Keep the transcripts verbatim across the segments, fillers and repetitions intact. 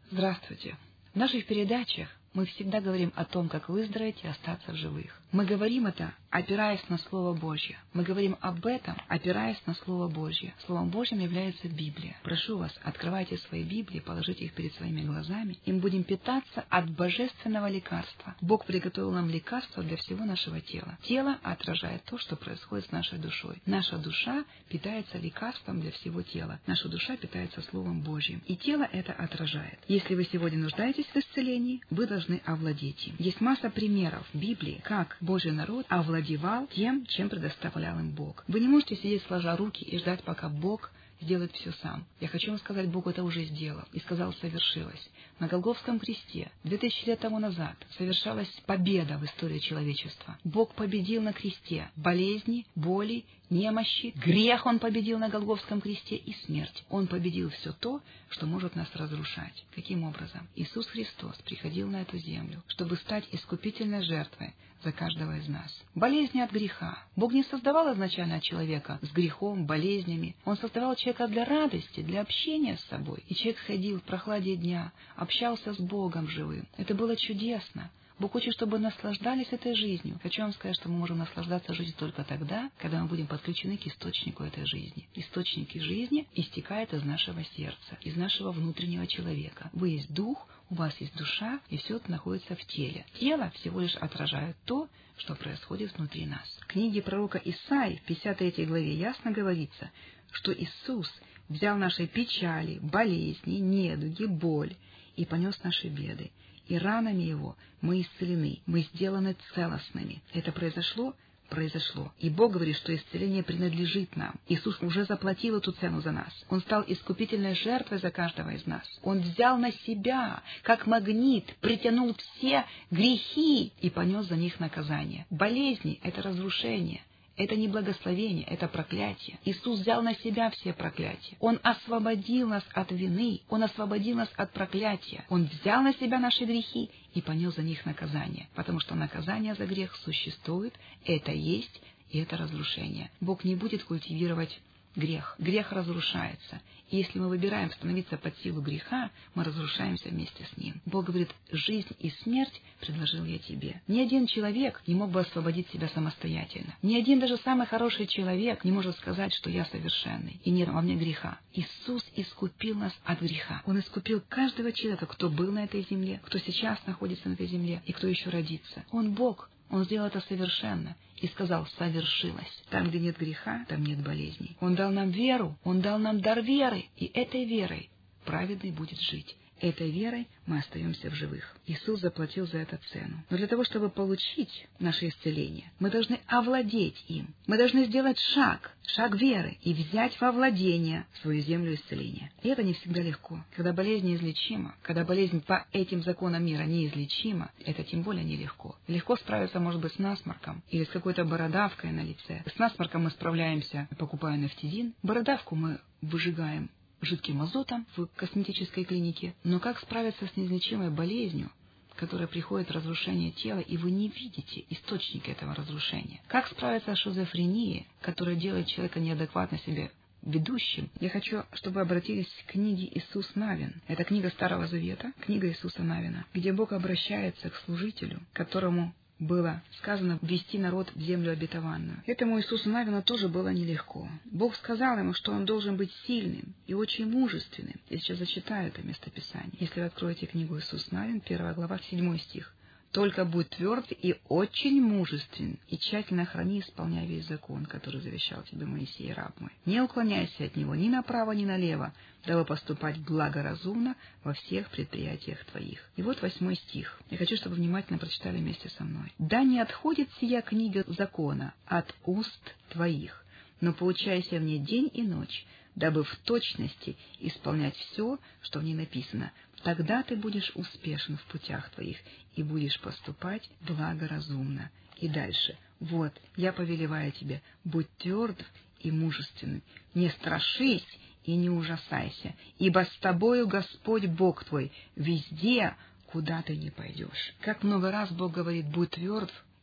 Здравствуйте. В наших передачах мы всегда говорим о том, как выздороветь и остаться в живых. Мы говорим это, опираясь на Слово Божье. Мы говорим об этом, опираясь на Слово Божье. Словом Божьим является Библия. Прошу вас, открывайте свои Библии, положите их перед своими глазами, и мы будем питаться от божественного лекарства. Бог приготовил нам лекарство для всего нашего тела. Тело отражает то, что происходит с нашей душой. Наша душа питается лекарством для всего тела. Наша душа питается Словом Божьим. И тело это отражает. Если вы сегодня нуждаетесь в исцелении, вы должны овладеть им. Есть масса примеров в Библии, как Божий народ овладевал тем, чем предоставлял им Бог. Вы не можете сидеть сложа руки и ждать, пока Бог сделает все сам. Я хочу вам сказать, Бог это уже сделал и сказал, совершилось. На Голгофском кресте две тысячи лет тому назад совершалась победа в истории человечества. Бог победил на кресте болезни, боли, немощи, грех Он победил на Голгофском кресте и смерть. Он победил все то, что может нас разрушать. Каким образом? Иисус Христос приходил на эту землю, чтобы стать искупительной жертвой за каждого из нас. Болезни от греха. Бог не создавал изначально человека с грехом, болезнями. Он создавал человека для радости, для общения с собой. И человек ходил в прохладе дня, общался с Богом живым. Это было чудесно. Бог хочет, чтобы наслаждались этой жизнью. Хочу вам сказать, что мы можем наслаждаться жизнью только тогда, когда мы будем подключены к источнику этой жизни. Источник жизни истекает из нашего сердца, из нашего внутреннего человека. Вы есть дух, у вас есть душа, и все это находится в теле. Тело всего лишь отражает то, что происходит внутри нас. В книге пророка Исаии, в пятьдесят третьей главе, ясно говорится, что Иисус взял наши печали, болезни, недуги, боль и понес наши беды. И ранами Его мы исцелены, мы сделаны целостными. Это произошло? Произошло. И Бог говорит, что исцеление принадлежит нам. Иисус уже заплатил эту цену за нас. Он стал искупительной жертвой за каждого из нас. Он взял на себя, как магнит, притянул все грехи и понес за них наказание. Болезни — это разрушение. Это не благословение, это проклятие. Иисус взял на себя все проклятия. Он освободил нас от вины, Он освободил нас от проклятия. Он взял на себя наши грехи и понес за них наказание. Потому что наказание за грех существует, это есть, и это разрушение. Бог не будет культивировать грех. Грех разрушается. И если мы выбираем становиться под силу греха, мы разрушаемся вместе с ним. Бог говорит, жизнь и смерть предложил я тебе. Ни один человек не мог бы освободить себя самостоятельно. Ни один даже самый хороший человек не может сказать, что я совершенный, и нет во мне греха. Иисус искупил нас от греха. Он искупил каждого человека, кто был на этой земле, кто сейчас находится на этой земле, и кто еще родится. Он Бог. Он сделал это совершенно и сказал, совершилось. Там, где нет греха, там нет болезней. Он дал нам веру, Он дал нам дар веры, и этой верой праведный будет жить. Этой верой мы остаемся в живых. Иисус заплатил за это цену. Но для того, чтобы получить наше исцеление, мы должны овладеть им. Мы должны сделать шаг, шаг веры, и взять во владение свою землю исцеления. И это не всегда легко. Когда болезнь неизлечима, когда болезнь по этим законам мира неизлечима, это тем более нелегко. Легко справиться, может быть, с насморком или с какой-то бородавкой на лице. С насморком мы справляемся, покупая нефтидин. Бородавку мы выжигаем жидким азотом в косметической клинике. Но как справиться с неизлечимой болезнью, которая приходит в разрушение тела, и вы не видите источника этого разрушения? Как справиться с шизофренией, которая делает человека неадекватно себе ведущим? Я хочу, чтобы вы обратились к книге Иисус Навин. Это книга Старого Завета, книга Иисуса Навина, где Бог обращается к служителю, которому было сказано ввести народ в землю обетованную. Этому Иисусу Навину тоже было нелегко. Бог сказал ему, что он должен быть сильным и очень мужественным. Я сейчас зачитаю это местописание. Если вы откроете книгу Иисус Навин, первая глава, седьмой стих. «Только будь тверд и очень мужествен, и тщательно храни, исполняя весь закон, который завещал тебе Моисей, раб мой. Не уклоняйся от него ни направо, ни налево, дабы поступать благоразумно во всех предприятиях твоих». И вот восьмой стих. Я хочу, чтобы вы внимательно прочитали вместе со мной. «Да не отходит сия книга закона от уст твоих, но поучайся в ней день и ночь, дабы в точности исполнять все, что в ней написано. Тогда ты будешь успешен в путях твоих и будешь поступать благоразумно». И дальше. «Вот, я повелеваю тебе, будь тверд и мужественным, не страшись и не ужасайся, ибо с тобою Господь Бог твой везде, куда ты не пойдешь». Как много раз Бог говорит, будь тверд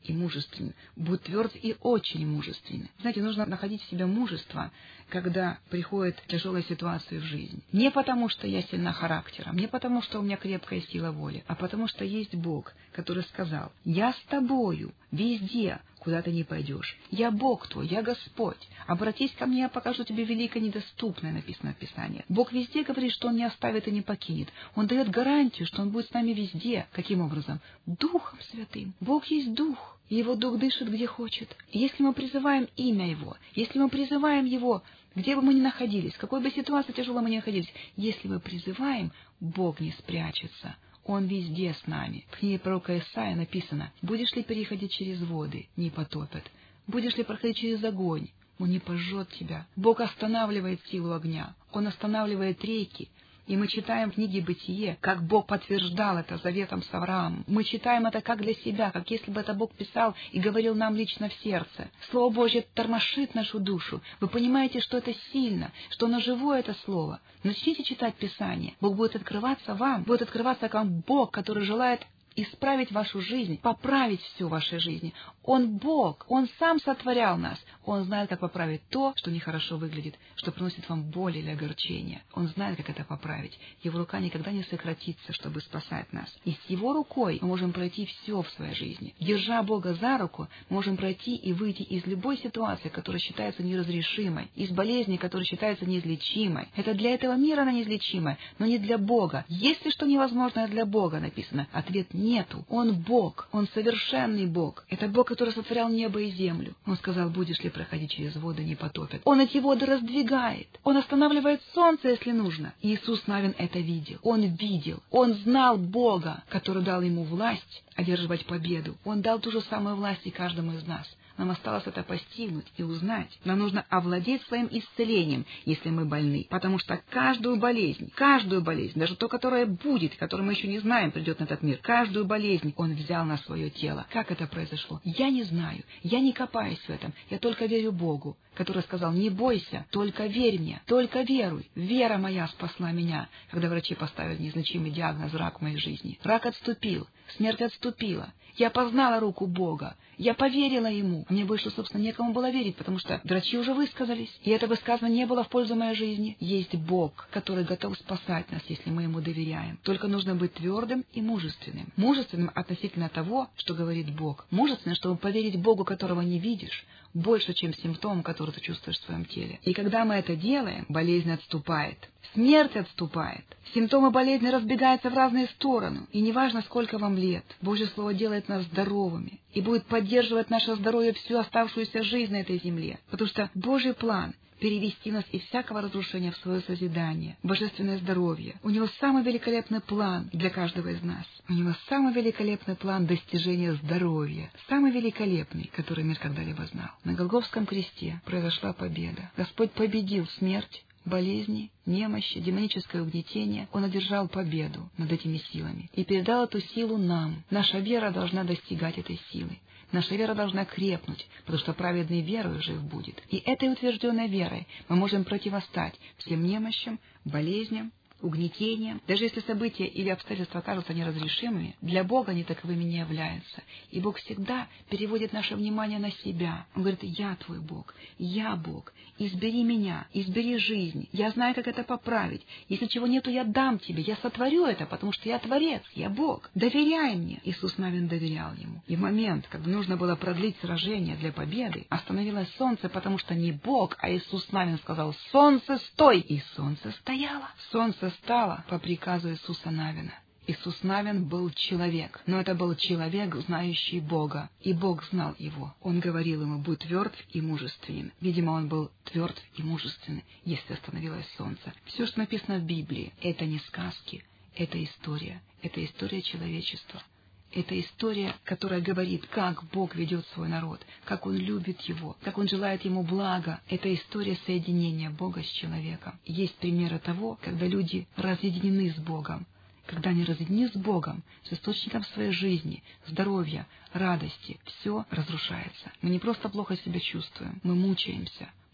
и мужественен. Будь тверд и очень мужественен. Знаете, нужно находить в себе мужество, когда приходит тяжелая ситуация в жизни. Не потому, что я сильна характером, не потому, что у меня крепкая сила воли, а потому, что есть Бог, который сказал: «Я с тобою везде, куда ты не пойдешь. Я Бог твой, я Господь. Обратись ко мне, я покажу тебе великое недоступное», написано в Писании. Бог везде говорит, что Он не оставит и не покинет. Он дает гарантию, что Он будет с нами везде. Каким образом? Духом Святым. Бог есть Дух. И Его Дух дышит, где хочет. И если мы призываем имя Его, если мы призываем Его, где бы мы ни находились, в какой бы ситуации тяжелой мы ни находились, если мы призываем, Бог не спрячется. Он везде с нами. В книге пророка Исаия написано: «Будешь ли переходить через воды, не потопят? Будешь ли проходить через огонь, он не пожжет тебя». Бог останавливает силу огня. Он останавливает реки. И мы читаем в книге «Бытие», как Бог подтверждал это заветом с Авраамом. Мы читаем это как для себя, как если бы это Бог писал и говорил нам лично в сердце. Слово Божье тормошит нашу душу. Вы понимаете, что это сильно, что оно живое, это Слово. Начните читать Писание. Бог будет открываться вам, будет открываться как вам Бог, который желает исправить вашу жизнь, поправить все в вашей жизни. Он Бог, Он сам сотворял нас. Он знает, как поправить то, что нехорошо выглядит, что приносит вам боль или огорчение. Он знает, как это поправить. Его рука никогда не сократится, чтобы спасать нас. И с Его рукой мы можем пройти все в своей жизни. Держа Бога за руку, мы можем пройти и выйти из любой ситуации, которая считается неразрешимой, из болезни, которая считается неизлечимой. Это для этого мира она неизлечимая, но не для Бога. Если что невозможное для Бога написано, ответ нет. Нету. Он Бог. Он совершенный Бог. Это Бог, который сотворял небо и землю. Он сказал: «Будешь ли проходить через воды, не потопят». Он эти воды раздвигает. Он останавливает солнце, если нужно. Иисус Навин это видел. Он видел. Он знал Бога, который дал ему власть одерживать победу. Он дал ту же самую власть и каждому из нас. Нам осталось это постигнуть и узнать. Нам нужно овладеть своим исцелением, если мы больны. Потому что каждую болезнь, каждую болезнь, даже то, которая будет, которую мы еще не знаем, придет на этот мир, каждую болезнь Он взял на свое тело. Как это произошло? Я не знаю. Я не копаюсь в этом. Я только верю Богу, который сказал: «Не бойся, только верь мне, только веруй. Вера моя спасла меня», когда врачи поставили неизлечимый диагноз — рак в моей жизни. Рак отступил, смерть отступила. Я познала руку Бога. Я поверила Ему. Мне больше, собственно, некому было верить, потому что врачи уже высказались. И это высказывание не было в пользу моей жизни. Есть Бог, который готов спасать нас, если мы Ему доверяем. Только нужно быть твердым и мужественным. Мужественным относительно того, что говорит Бог. Мужественным, чтобы поверить Богу, которого не видишь, больше, чем симптом, который ты чувствуешь в своем теле. И когда мы это делаем, болезнь отступает. Смерть отступает. Симптомы болезни разбегаются в разные стороны. И неважно, сколько вам лет, Божье Слово делает нас здоровыми и будет поддерживать наше здоровье всю оставшуюся жизнь на этой земле. Потому что Божий план — перевести нас из всякого разрушения в свое созидание, божественное здоровье. У Него самый великолепный план для каждого из нас. У Него самый великолепный план достижения здоровья, самый великолепный, который мир когда-либо знал. На Голгофском кресте произошла победа. Господь победил смерть, болезни, немощи, демоническое угнетение. Он одержал победу над этими силами и передал эту силу нам. Наша вера должна достигать этой силы. Наша вера должна крепнуть, потому что праведный верою жив будет. И этой утвержденной верой мы можем противостать всем немощам, болезням, угнетением. Даже если события или обстоятельства кажутся неразрешимыми, для Бога они таковыми не являются. И Бог всегда переводит наше внимание на себя. Он говорит: «Я твой Бог, я Бог, избери меня, избери жизнь, я знаю, как это поправить. Если чего нету, я дам тебе, я сотворю это, потому что я Творец, я Бог. Доверяй мне». Иисус Навин доверял Ему. И в момент, когда нужно было продлить сражение для победы, остановилось солнце, потому что не Бог, а Иисус Навин сказал: «Солнце, стой!» И солнце стояло. Солнце стало по приказу Иисуса Навина. Иисус Навин был человек, но это был человек, знающий Бога, и Бог знал его. Он говорил ему: «Будь тверд и мужественен». Видимо, он был тверд и мужественен, если остановилось солнце. Все, что написано в Библии, это не сказки, это история, это история человечества. Это история, которая говорит, как Бог ведет свой народ, как Он любит его, как Он желает ему блага. Это история соединения Бога с человеком. Есть примеры того, когда люди разъединены с Богом. Когда они разъединены с Богом, с источником своей жизни, здоровья, радости, все разрушается. Мы не просто плохо себя чувствуем, мы мучаемся.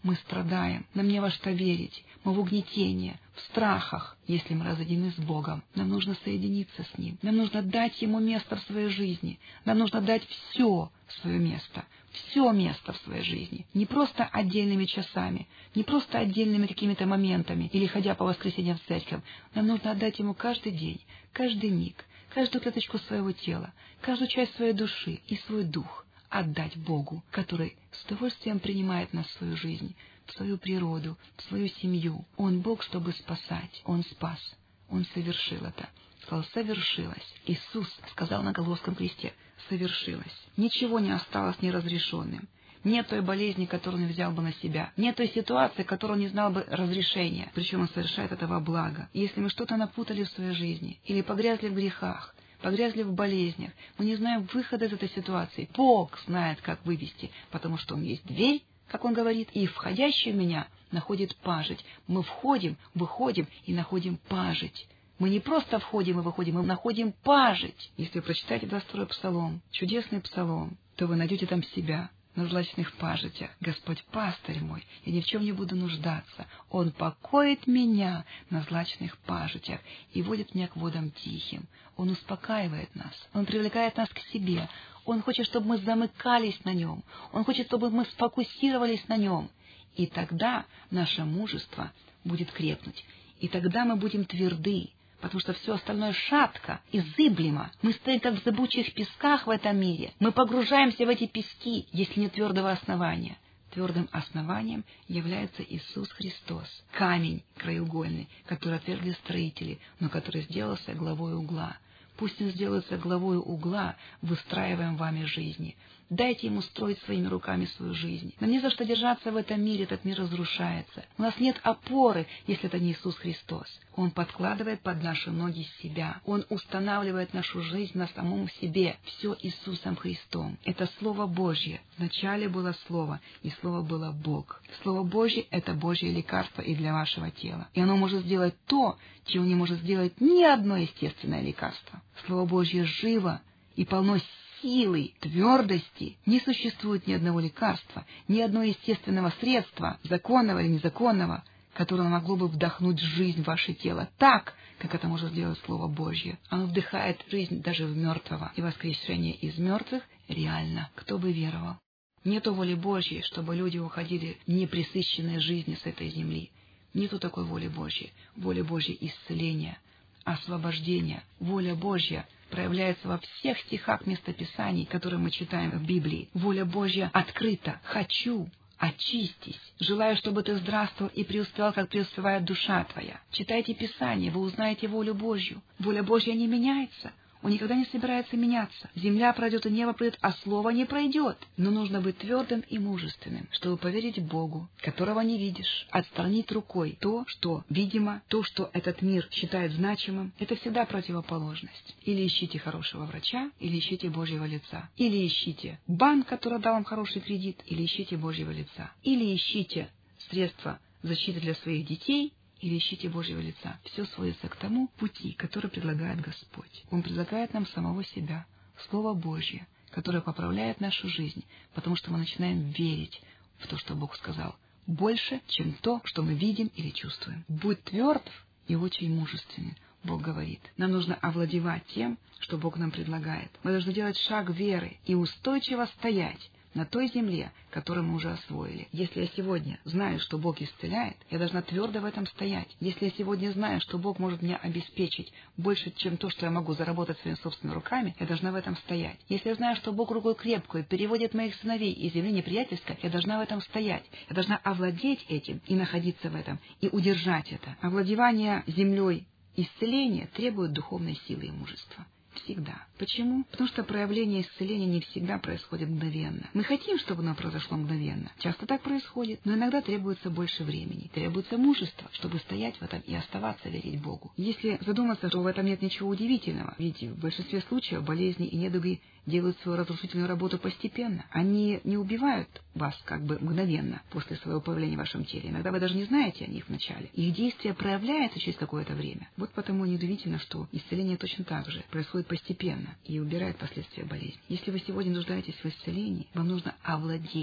мы страдаем, нам не во что верить, мы в угнетении, в страхах, если мы разъединены с Богом. Нам нужно соединиться с Ним, нам нужно дать Ему место в своей жизни, нам нужно дать все свое место, все место в своей жизни, не просто отдельными часами, не просто отдельными какими-то моментами или ходя по воскресеньям в церковь. Нам нужно отдать Ему каждый день, каждый миг, каждую клеточку своего тела, каждую часть своей души и свой дух отдать Богу, который с удовольствием принимает нас в свою жизнь, в свою природу, в свою семью. Он Бог, чтобы спасать. Он спас. Он совершил это. Сказал, совершилось. Иисус сказал на Голгофском кресте, совершилось. Ничего не осталось неразрешенным. Нет той болезни, которую он взял бы на себя. Нет той ситуации, которую он не знал бы разрешения. Причем он совершает это во благо. И если мы что-то напутали в своей жизни, или погрязли в грехах, погрязли в болезнях, мы не знаем выхода из этой ситуации. Бог знает, как вывести, потому что Он есть дверь, как Он говорит, и входящий в меня находит пажить. Мы входим, выходим и находим пажить. Мы не просто входим и выходим, мы находим пажить. Если вы прочитаете двадцать второй псалом, чудесный псалом, то вы найдете там себя на злачных пажитях. Господь пастырь мой, я ни в чем не буду нуждаться. Он покоит меня на злачных пажитях и водит меня к водам тихим. Он успокаивает нас, Он привлекает нас к себе. Он хочет, чтобы мы замыкались на Нем. Он хочет, чтобы мы сфокусировались на Нем. И тогда наше мужество будет крепнуть. И тогда мы будем тверды, потому что все остальное шатко и зыблемо. Мы стоим как в зыбучих песках в этом мире. Мы погружаемся в эти пески, если нет твердого основания. Твердым основанием является Иисус Христос, камень краеугольный, который отвергли строители, но который сделался главой угла. Пусть Он сделается главой угла, выстраиваем вами жизни. Дайте Ему строить своими руками свою жизнь. Нам не за что держаться в этом мире, этот мир разрушается. У нас нет опоры, если это не Иисус Христос. Он подкладывает под наши ноги себя. Он устанавливает нашу жизнь на самом себе. Все Иисусом Христом. Это Слово Божье. Вначале было Слово, и Слово было Бог. Слово Божье — это Божье лекарство и для вашего тела. И оно может сделать то, чего не может сделать ни одно естественное лекарство. Слово Божье живо и полно силы, твердости. Не существует ни одного лекарства, ни одного естественного средства, законного или незаконного, которое могло бы вдохнуть жизнь в ваше тело так, как это может сделать Слово Божье. Оно вдыхает жизнь даже в мертвого, и воскрешение из мертвых реально. Кто бы веровал? Нету воли Божьей, чтобы люди уходили непресыщенной жизни с этой земли. Нету такой воли Божьей. Воля Божья — исцеления, освобождения. Воля Божья проявляется во всех стихах местописаний, которые мы читаем в Библии. Воля Божья открыта. Хочу, очистись. Желаю, чтобы ты здравствовал и преуспевал, как преуспевает душа твоя. Читайте Писание, вы узнаете волю Божью. Воля Божья не меняется. Он никогда не собирается меняться. Земля пройдет и небо пройдет, а слово не пройдет. Но нужно быть твердым и мужественным, чтобы поверить Богу, которого не видишь, отстранить рукой то, что видимо, то, что этот мир считает значимым. Это всегда противоположность. Или ищите хорошего врача, или ищите Божьего лица. Или ищите банк, который дал вам хороший кредит, или ищите Божьего лица. Или ищите средства защиты для своих детей, или ищите Божьего лица. Все сводится к тому пути, который предлагает Господь. Он предлагает нам самого себя, Слово Божье, которое поправляет нашу жизнь, потому что мы начинаем верить в то, что Бог сказал, больше, чем то, что мы видим или чувствуем. Будь тверд и очень мужественен. Бог говорит, нам нужно овладевать тем, что Бог нам предлагает. Мы должны делать шаг веры и устойчиво стоять на той земле, которую мы уже освоили. Если я сегодня знаю, что Бог исцеляет, я должна твердо в этом стоять. Если я сегодня знаю, что Бог может меня обеспечить больше, чем то, что я могу заработать своими собственными руками, я должна в этом стоять. Если я знаю, что Бог рукой крепкую переводит моих сыновей из земли неприятельской, я должна в этом стоять. Я должна овладеть этим и находиться в этом, и удержать это. Овладевание землей, исцеление требует духовной силы и мужества. Всегда. Почему? Потому что проявление исцеления не всегда происходит мгновенно. Мы хотим, чтобы оно произошло мгновенно. Часто так происходит, но иногда требуется больше времени. Требуется мужество, чтобы стоять в этом и оставаться верить Богу. Если задуматься, то в этом нет ничего удивительного. Ведь в большинстве случаев болезни и недуги делают свою разрушительную работу постепенно. Они не убивают вас как бы мгновенно после своего появления в вашем теле. Иногда вы даже не знаете о них вначале. Их действие проявляется через какое-то время. Вот потому неудивительно, что исцеление точно так же происходит постепенно и убирает последствия болезни. Если вы сегодня нуждаетесь в исцелении, вам нужно овладеть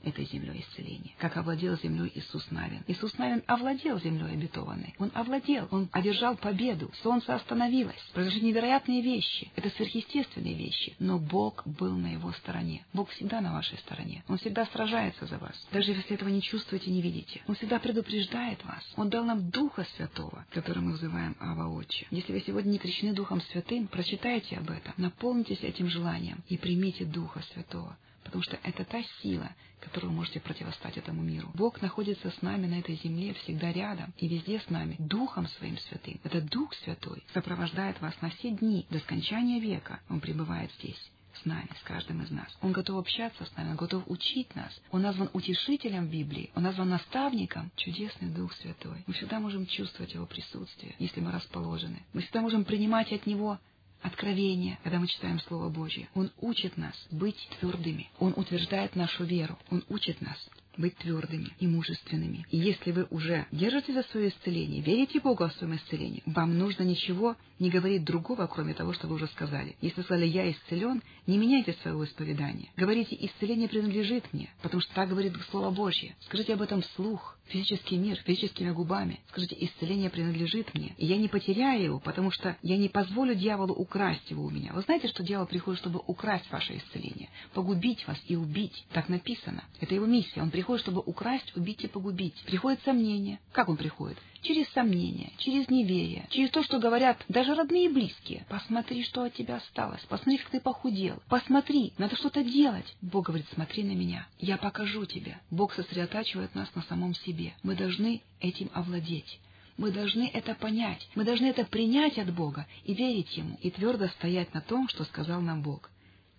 этой землей исцеления, как овладел землей Иисус Навин. Иисус Навин овладел землей обетованной. Он овладел, он одержал победу. Солнце остановилось. Произошли невероятные вещи. Это сверхъестественные вещи. Но Бог был на его стороне. Бог всегда на вашей стороне. Он всегда сражается за вас. Даже если этого не чувствуете, не видите. Он всегда предупреждает вас. Он дал нам Духа Святого, который мы называем Ава Отче. Если вы сегодня не крещены Духом Святым, прочитайте об этом, наполнитесь этим желанием и примите Духа Святого. Потому что это та сила, которую вы можете противостать этому миру. Бог находится с нами на этой земле, всегда рядом и везде с нами, Духом Своим Святым. Это Дух Святой сопровождает вас на все дни, до скончания века. Он пребывает здесь, с нами, с каждым из нас. Он готов общаться с нами, Он готов учить нас. Он назван утешителем в Библии, Он назван наставником. Чудесный Дух Святой. Мы всегда можем чувствовать Его присутствие, если мы расположены. Мы всегда можем принимать от Него откровение, когда мы читаем Слово Божье. Он учит нас быть твердыми. Он утверждает нашу веру. Он учит нас быть твердыми и мужественными. И если вы уже держите за свое исцеление, верите Богу о своем исцелении, вам нужно ничего не говорить другого, кроме того, что вы уже сказали. Если вы сказали «я исцелен», не меняйте своего исповедания. Говорите «исцеление принадлежит мне», потому что так говорит Слово Божье. Скажите об этом вслух, физический мир, физическими губами. Скажите «исцеление принадлежит мне», и я не потеряю его, потому что я не позволю дьяволу украсть его у меня. Вы знаете, что дьявол приходит, чтобы украсть ваше исцеление, погубить вас и убить. Так написано. Это его миссия. Он приходит, чтобы украсть, убить и погубить. Приходит сомнение. Как он приходит? Через сомнение, через неверие, через то, что говорят даже родные и близкие. Посмотри, что от тебя осталось. Посмотри, как ты похудел. Посмотри, надо что-то делать. Бог говорит, смотри на меня. Я покажу тебе. Бог сосредотачивает нас на самом себе. Мы должны этим овладеть. Мы должны это понять. Мы должны это принять от Бога и верить Ему. И твердо стоять на том, что сказал нам Бог.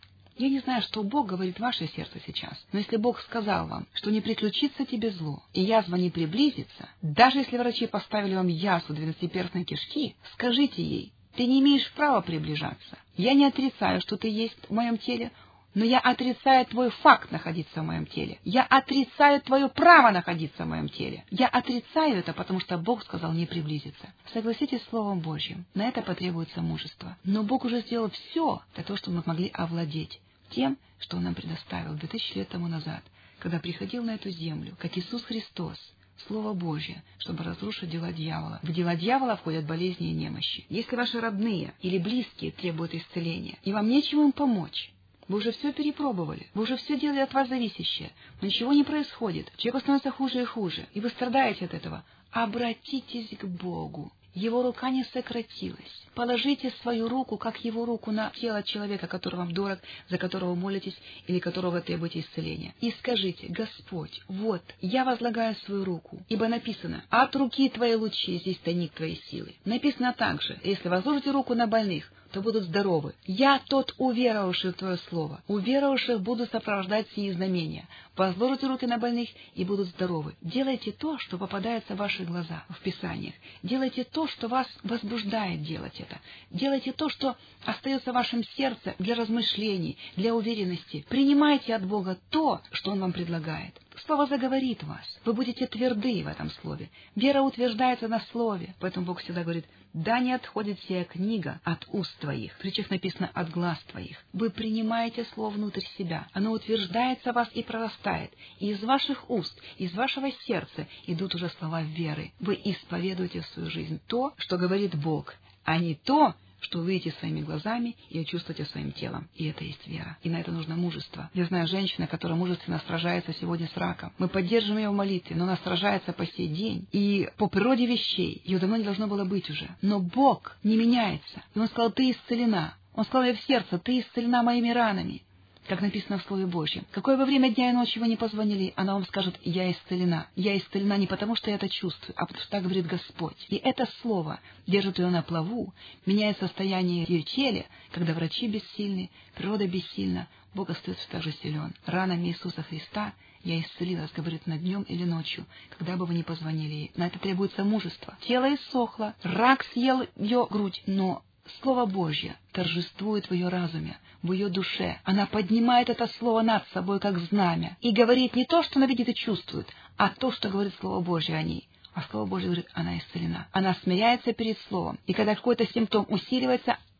Я не знаю, что Бог говорит в ваше сердце сейчас, но если Бог сказал вам, что не приключится тебе зло, и язва не приблизится, даже если врачи поставили вам язву двенадцатиперстной кишки, скажите ей, ты не имеешь права приближаться. Я не отрицаю, что ты есть в моем теле, но я отрицаю твой факт находиться в моем теле. Я отрицаю твое право находиться в моем теле. Я отрицаю это, потому что Бог сказал не приблизиться. Согласитесь с Словом Божьим. На это потребуется мужество. Но Бог уже сделал все для того, чтобы мы могли овладеть тем, что Он нам предоставил две тысячи лет тому назад, когда приходил на эту землю, как Иисус Христос, Слово Божье, чтобы разрушить дела дьявола. В дела дьявола входят болезни и немощи. Если ваши родные или близкие требуют исцеления, и вам нечем им помочь, вы уже все перепробовали, вы уже все делали от вас зависящее, но ничего не происходит, человеку становится хуже и хуже, и вы страдаете от этого, обратитесь к Богу. Его рука не сократилась. Положите свою руку, как его руку, на тело человека, который вам дорог, за которого молитесь или которого вы требуете исцеления. И скажите: Господь, вот, я возлагаю свою руку, ибо написано: от руки твоей лучи здесь тайник твоей силы. Написано также: если возложите руку на больных, то будут здоровы. Я тот уверовавший в Твое Слово. Уверовавших будут сопровождать сии знамения. Возложите руки на больных и будут здоровы. Делайте то, что попадается в ваши глаза в Писаниях. Делайте то, что вас возбуждает делать это. Делайте то, что остается в вашем сердце для размышлений, для уверенности. Принимайте от Бога то, что Он вам предлагает. Слово заговорит вас. Вы будете тверды в этом слове. Вера утверждается на слове. Поэтому Бог всегда говорит: да не отходит сия книга от уст твоих. В притчах написано: от глаз твоих. Вы принимаете слово внутрь себя. Оно утверждается в вас и прорастает. И из ваших уст, из вашего сердца идут уже слова веры. Вы исповедуете в свою жизнь то, что говорит Бог, а не то, что вы видите своими глазами и чувствуете своим телом. И это есть вера. И на это нужно мужество. Я знаю женщину, которая мужественно сражается сегодня с раком. Мы поддерживаем ее в молитве, но она сражается по сей день. И по природе вещей ее давно не должно было быть уже. Но Бог не меняется. И Он сказал: ты исцелена. Он сказал ей в сердце: ты исцелена моими ранами. Как написано в Слове Божьем. Какое бы время дня и ночи вы не позвонили, она вам скажет: я исцелена. Я исцелена не потому, что я это чувствую, а потому что так говорит Господь. И это слово держит ее на плаву, меняет состояние ее тела, когда врачи бессильны, природа бессильна, Бог остается также силен. Ранами Иисуса Христа я исцелилась, говорит она, днем или ночью, когда бы вы ни позвонили ей. На это требуется мужество. Тело иссохло, рак съел ее грудь, но Слово Божье торжествует в ее разуме, в ее душе. Она поднимает это слово над собой, как знамя, и говорит не то, что она видит и чувствует, а то, что говорит Слово Божье о ней. А Слово Божье говорит: она исцелена. Она смиряется перед Словом. И когда какой-то симптом усиливается,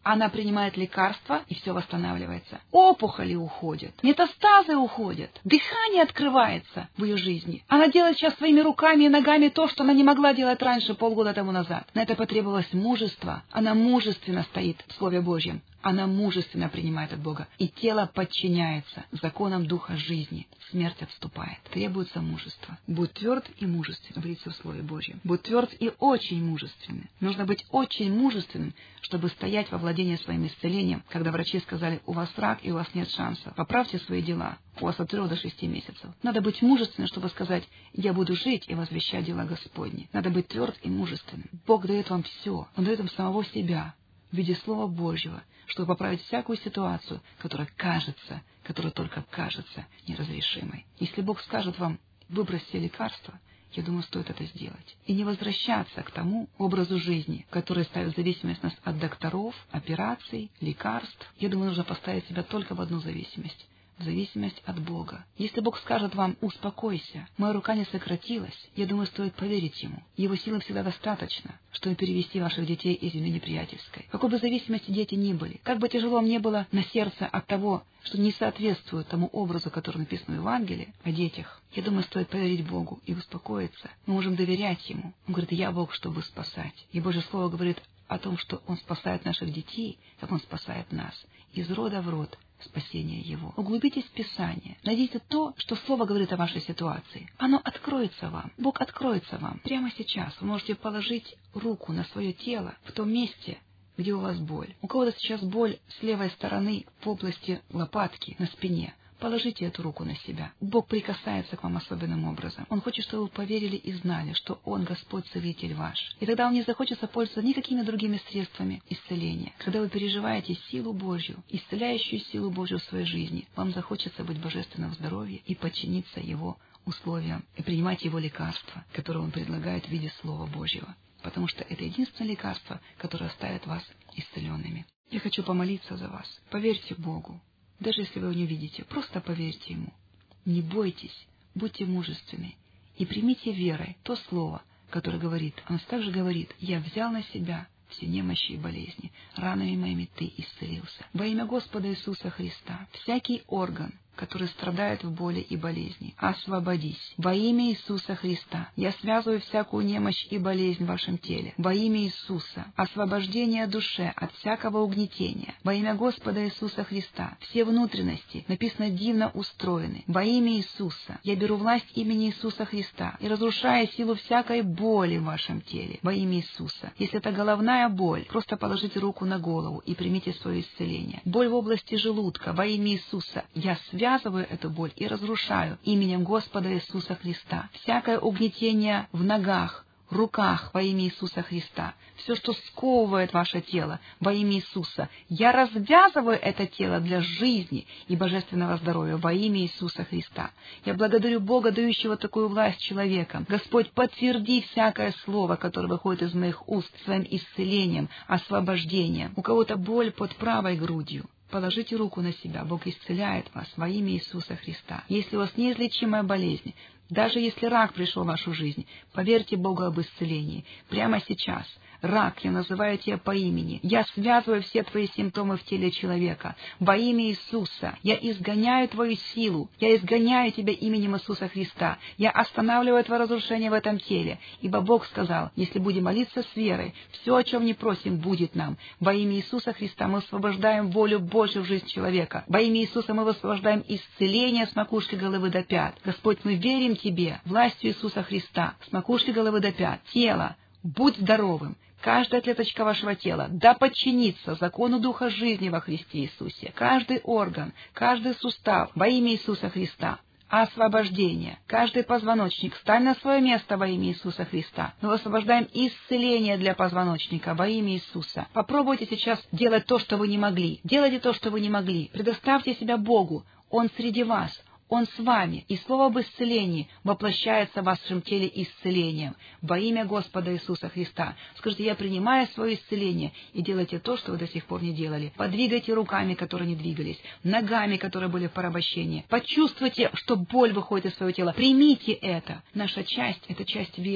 Она принимает лекарства, и все восстанавливается. Опухоли уходят, метастазы уходят, дыхание открывается в ее жизни. Она делает сейчас своими руками и ногами то, что она не могла делать раньше, полгода тому назад. На это потребовалось мужество. Она мужественно стоит в Слове Божьем. Она мужественно принимает от Бога. И тело подчиняется законам Духа жизни. Смерть отступает. Требуется мужество. Будь тверд и мужественен, говорится в Слове Божьем. Будь тверд и очень мужественным. Нужно быть очень мужественным, чтобы стоять во владении своим исцелением, когда врачи сказали, у вас рак и у вас нет шансов. Поправьте свои дела. У вас от трех до шести месяцев. Надо быть мужественным, чтобы сказать, я буду жить и возвещать дела Господни. Надо быть тверд и мужественным. Бог дает вам все. Он дает вам самого себя в виде Слова Божьего, чтобы поправить всякую ситуацию, которая кажется, которая только кажется неразрешимой. Если Бог скажет вам, выбрось все лекарства, я думаю, стоит это сделать. И не возвращаться к тому образу жизни, который ставит зависимость нас от докторов, операций, лекарств. Я думаю, нужно поставить себя только в одну зависимость. В зависимость от Бога. Если Бог скажет вам «успокойся», моя рука не сократилась, я думаю, стоит поверить Ему. Его силы всегда достаточно, чтобы перевести ваших детей из земли неприятельской. В какой бы зависимости дети ни были, как бы тяжело вам не было на сердце от того, что не соответствует тому образу, который написан в Евангелии о детях, я думаю, стоит поверить Богу и успокоиться. Мы можем доверять Ему. Он говорит, я Бог, чтобы спасать. И Божье Слово говорит о том, что Он спасает наших детей, как Он спасает нас, из рода в род. Спасение Его. Углубитесь в Писание. Найдите то, что Слово говорит о вашей ситуации. Оно откроется вам. Бог откроется вам. Прямо сейчас вы можете положить руку на свое тело в том месте, где у вас боль. У кого-то сейчас боль с левой стороны в области лопатки, на спине. Положите эту руку на себя. Бог прикасается к вам особенным образом. Он хочет, чтобы вы поверили и знали, что Он Господь Целитель ваш. И тогда вам не захочется пользоваться никакими другими средствами исцеления. Когда вы переживаете силу Божью, исцеляющую силу Божью в своей жизни, вам захочется быть в божественном здоровье и подчиниться Его условиям, и принимать Его лекарства, которые Он предлагает в виде Слова Божьего. Потому что это единственное лекарство, которое оставит вас исцеленными. Я хочу помолиться за вас. Поверьте Богу. Даже если вы его не видите, просто поверьте Ему. Не бойтесь, будьте мужественны и примите верой то слово, которое говорит, оно также говорит, «Я взял на себя все немощи и болезни, ранами моими ты исцелился». Во имя Господа Иисуса Христа, всякий орган, который страдает в боли и болезни, освободись. Во имя Иисуса Христа я связываю всякую немощь и болезнь в вашем теле. Во имя Иисуса освобождение душе от всякого угнетения. Во имя Господа Иисуса Христа все внутренности, написано, дивно устроены. Во имя Иисуса я беру власть имени Иисуса Христа и разрушаю силу всякой боли в вашем теле. Во имя Иисуса. Если это головная боль, просто положите руку на голову и примите свое исцеление. Боль в области желудка. Во имя Иисуса я связываю Связываю эту боль и разрушаю именем Господа Иисуса Христа. Всякое угнетение в ногах, руках во имя Иисуса Христа. Все, что сковывает ваше тело во имя Иисуса. Я развязываю это тело для жизни и божественного здоровья во имя Иисуса Христа. Я благодарю Бога, дающего такую власть человекам. Господь, подтверди всякое слово, которое выходит из моих уст своим исцелением, освобождением. У кого-то боль под правой грудью. Положите руку на себя, Бог исцеляет вас во имя Иисуса Христа. Если у вас неизлечимая болезнь, даже если рак пришел в вашу жизнь, поверьте Богу об исцелении. Прямо сейчас. Рак, я называю тебя по имени. Я связываю все твои симптомы в теле человека. Во имя Иисуса я изгоняю твою силу. Я изгоняю тебя именем Иисуса Христа. Я останавливаю твое разрушение в этом теле. Ибо Бог сказал, если будем молиться с верой, все, о чем не просим, будет нам. Во имя Иисуса Христа мы освобождаем волю Божью в жизнь человека. Во имя Иисуса мы высвобождаем исцеление с макушки головы до пят. Господь, мы верим Тебе, властью Иисуса Христа, с макушки головы до пят. Тело, будь здоровым. Каждая клеточка вашего тела да подчинится закону Духа жизни во Христе Иисусе. Каждый орган, каждый сустав во имя Иисуса Христа. Освобождение. Каждый позвоночник стань на свое место во имя Иисуса Христа. Мы освобождаем исцеление для позвоночника во имя Иисуса. Попробуйте сейчас делать то, что вы не могли. Делайте то, что вы не могли. Предоставьте себя Богу. Он среди вас. Он с вами, и слово об исцелении воплощается в вашем теле исцелением во имя Господа Иисуса Христа. Скажите, я принимаю свое исцеление, и делайте то, что вы до сих пор не делали. Подвигайте руками, которые не двигались, ногами, которые были в порабощении. Почувствуйте, что боль выходит из своего тела. Примите это. Наша часть – это часть веры.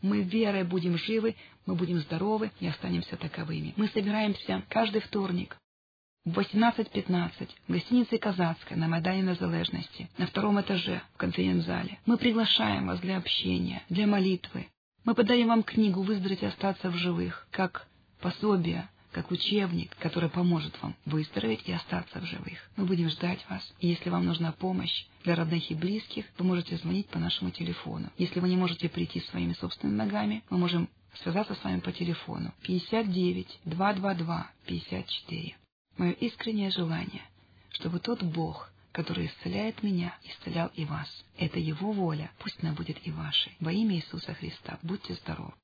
Мы верой будем живы, мы будем здоровы и останемся таковыми. Мы собираемся каждый вторник в восемнадцать пятнадцать в гостинице «Казацкая» на Майдане Незалежности, на втором этаже, в конференц-зале. Мы приглашаем вас для общения, для молитвы. Мы подарим вам книгу «Выздороветь и остаться в живых», как пособие, как учебник, который поможет вам выздороветь и остаться в живых. Мы будем ждать вас. И если вам нужна помощь для родных и близких, вы можете звонить по нашему телефону. Если вы не можете прийти своими собственными ногами, мы можем связаться с вами по телефону пятьдесят девять двести двадцать два пятьдесят четыре. Мое искреннее желание, чтобы тот Бог, который исцеляет меня, исцелял и вас. Это Его воля, пусть она будет и вашей. Во имя Иисуса Христа. Будьте здоровы.